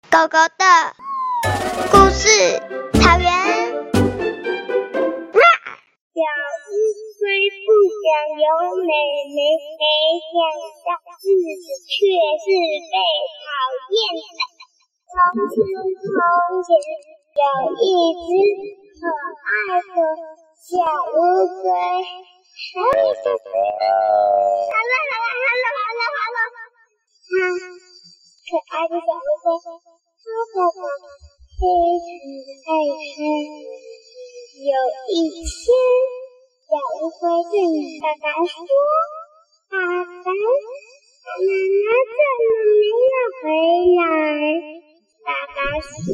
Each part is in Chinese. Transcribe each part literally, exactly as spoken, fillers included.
狗狗的故事，草原。 小乌龟不想有妹妹，没想到日子却是被讨厌的。从前从前有一只可爱的小乌龟，好了好了好了好了好了，它可爱的小乌龟，它爸爸非常爱它。有一天，小乌龟对爸爸说：“爸爸，妈妈怎么没有回来？”爸爸说：“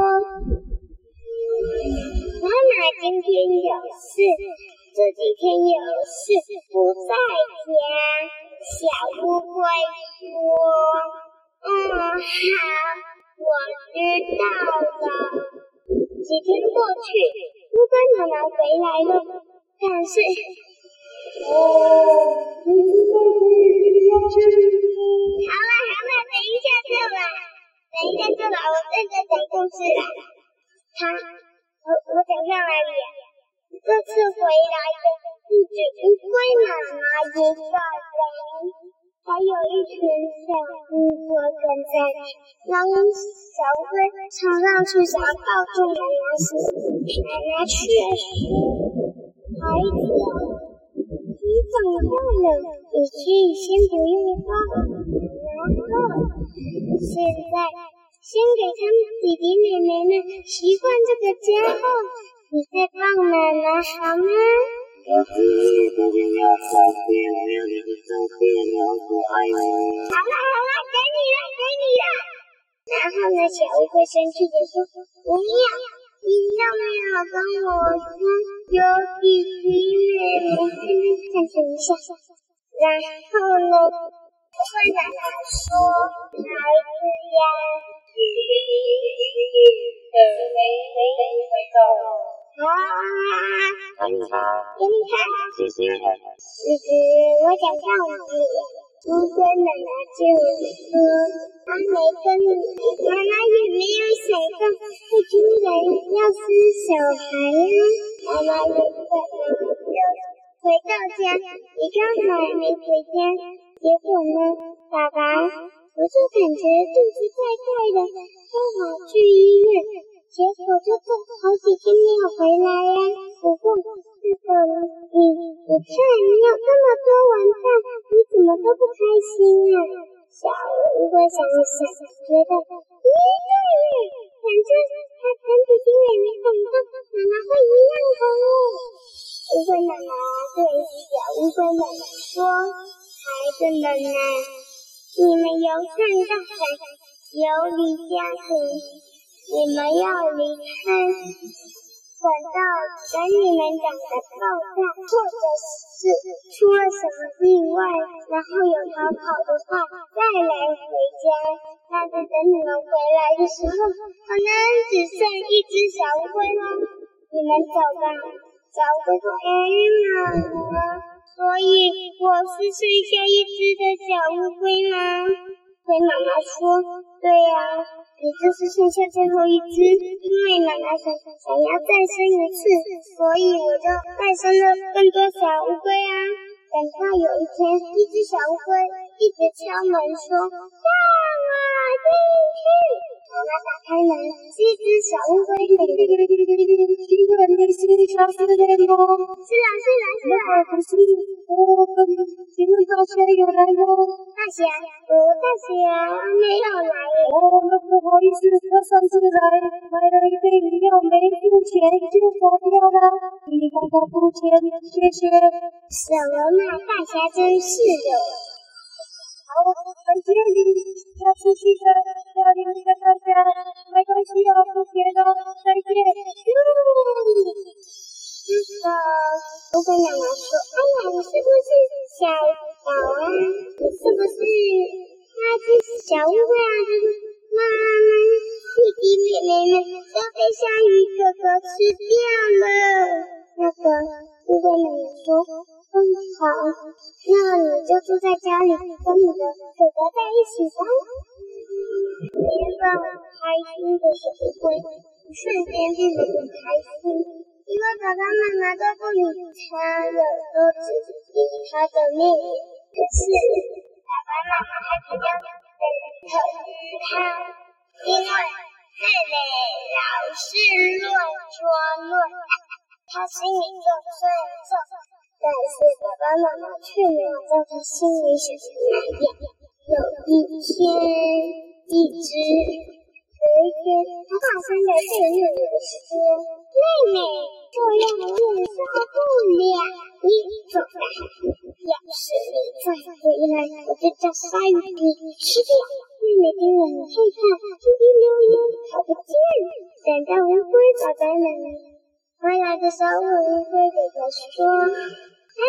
妈妈今天有事，这几天有事不在家。”小乌龟说：“嗯，好，我知道了。”几天过去，乌龟妈妈回来了，但是，哦，好了好了，等一下就来，等一下就来，我正在讲故事啦。他，我我讲到哪里呀？这次回来的是只乌龟妈妈一个人，还有一群小乌龟跟在，然后小乌龟冲上去想要抱住妈妈时，妈妈却说：“孩子，你长大了，你可以先不用抱，然后现在先给他们弟弟妹妹们习惯这个家后，你再抱妈妈好吗？”我今天不仅要照片，我要你的照片，好可爱哦！好了好了，给你了给你了。然后呢，小乌龟生气的说：“不要，你有没有跟我说有弟弟妹妹？暂停一下。”然后呢，乌龟奶奶说：“孩子呀，妹妹回到了。”啊！给你看，给你看，谢谢。其实我讲上次，乌龟妈妈就说，她没跟你，妈妈也没有想到会突然要生小孩呀。妈妈也在忙着回到家，你刚好还没回家，结果呢，爸爸我就感觉肚子怪怪的，刚好去医院。结果就这好几天没有回来呀、啊。不过这个你，你看你有这么多玩伴，你怎么都不开心啊？小乌龟想一想，觉得，咦，对耶，反正他跟弟弟妹妹长大，妈妈会一样的耶。乌龟妈妈对小乌龟妈妈说：“孩子们啊，你们有看到有离家庭。”你们要离开，等到等你们长得够大，或者是出了什么意外，然后有逃跑的话，再来回家。但是等你们回来的时候，可能只剩一只小乌龟了。你们走吧。小乌龟说：“哎，妈妈，所以我是剩下一只的小乌龟吗？”龟妈妈说：“对呀、啊。”你这是剩下最后一只，因为奶奶想想要再生一次，所以我就再生了更多小乌龟啊。等到有一天，一只小乌龟一直敲门说：“让我进去。”妈妈打开门，是一只小乌龟。是啦是啦是啦。大侠，我大侠没有来耶。不好意思，他上次来买了一杯饮料，没付钱就跑掉了。你帮他付钱，谢谢。什么嘛，大侠真是的。好，再见，下次去的要留一个大家，没关系哦，不别的，再见。那个乌龟妈妈说：“哎呀，你是不是小宝啊？你是不是那只小乌龟啊？”他说：“妈妈，弟弟妹妹们都被鲨鱼哥哥吃掉了。”那个乌龟妈妈说：“嗯，好，那你就住在家里，跟你的哥哥在一起吧。” 原本开心的小乌龟，瞬间变得不开心，因为爸爸妈妈都不理他了，都只理他的妹妹。可是爸爸妈妈还比较疼他，因为妹妹老是乱说乱打，他心里就算重，但是爸爸妈妈却没有照他心里想的那样。有一天，一只有一天，他大声的对妹妹说：“妹妹，这样我忍受不了，你走吧。要是你再回来，我就叫鲨鱼给你吃掉。”妹妹听了很害怕，急急流言跑不见了。等到乌龟找到奶奶回来的时候，乌龟给他说：“哎，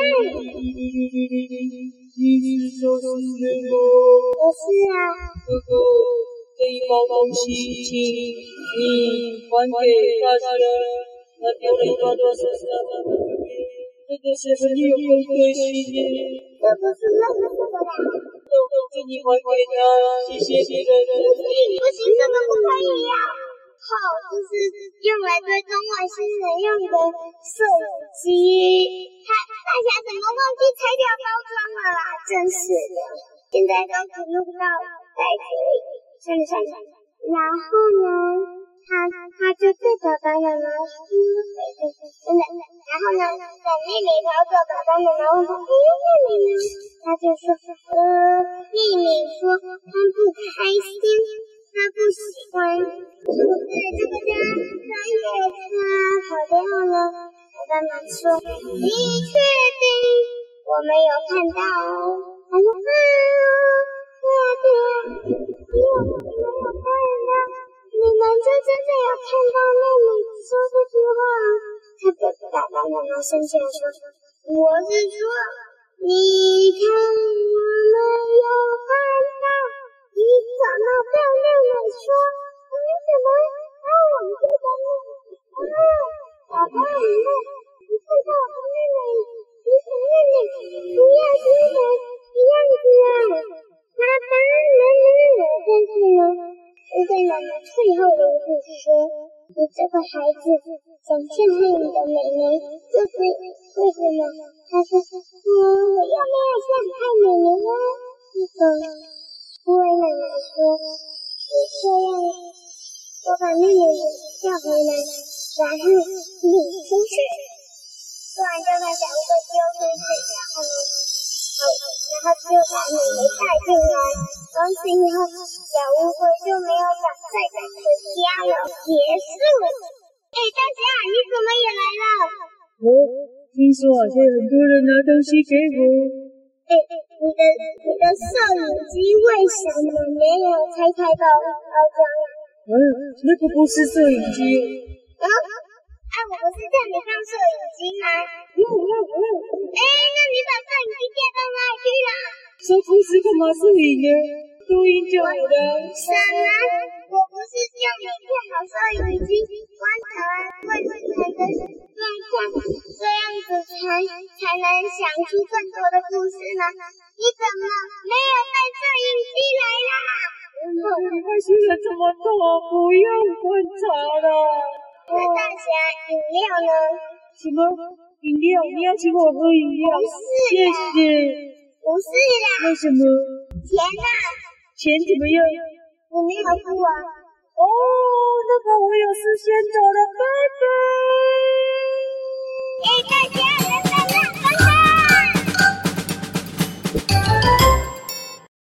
你是小师妹吗？ 我是啊。 哥哥，这一包东西，请你还给大家。那丢了一包多少钱？这个小朋友很开心耶。 这不是认识的啦。 请你还给他，谢谢你的人。 不行，这个不可以呀、啊！好，这是用来追踪外星人用的摄影机。他大侠怎么忘记拆掉包装了啦？真是的，现在都只录到袋子里，算了算了。然后呢，他他就对爸爸妈妈说：“真的。”然后呢，等妹妹跑走，爸爸妈妈问他：“哎，妹妹呢？”他就说：“呃，妹妹说她不开心。”他不喜欢，是不是这个家三月他跑掉了？我爸妈说：“你确定？我没有看到哦。”他说：“啊，对啊对啊，你有没有看到？你们就真的有看到妹妹说这句话？”他对爸爸妈妈生气地说：“我是说，你看我没有看到。”你怎么对妹妹说？你怎么让我觉得呢？啊，宝宝，你看到我的妹妹，你和妹妹不要跟我一样子啊！爸爸妈妈，但是呢，乌龟妈妈退后了一步说：“你这个孩子想陷害你的妹妹，就是为什么？”他说：“嗯，我又没有陷害妹妹啊，那个。”乌龟奶奶说：“你这样，我把妹妹叫回来，然后你出去。”说完就把小乌龟丢出去，然后呢，然后就把妹妹带进来。从此以后，小乌龟就没有敢再赶回家了。结束。哎，大侠，你怎么也来了？ 哦，听说好像很多人拿东西给我。 哎，你的你的摄影机为什么没有拆开包包装啊？ 嗯，那个不是摄影机。 嗯，啊，我不是叫你放摄影机吗？嗯嗯嗯。哎，那你把摄影机借到哪里去了？ 说不是干嘛摄影呢？录音就好了。 什么？我不是叫你借好摄影机，观察外星人的状况，这样子才才能想出更多的故事呢。你怎么没有带摄影机来啦？ 外星人这么多，不用观察了。 那大侠，饮料呢？ 什么饮料？你要请我喝饮料？ 不是谢谢。 不是啦。 为什么？ 钱啊？ 钱怎么样？ 你没有付啊？ 哦，那个我有事先走了，拜拜。 哎，大家。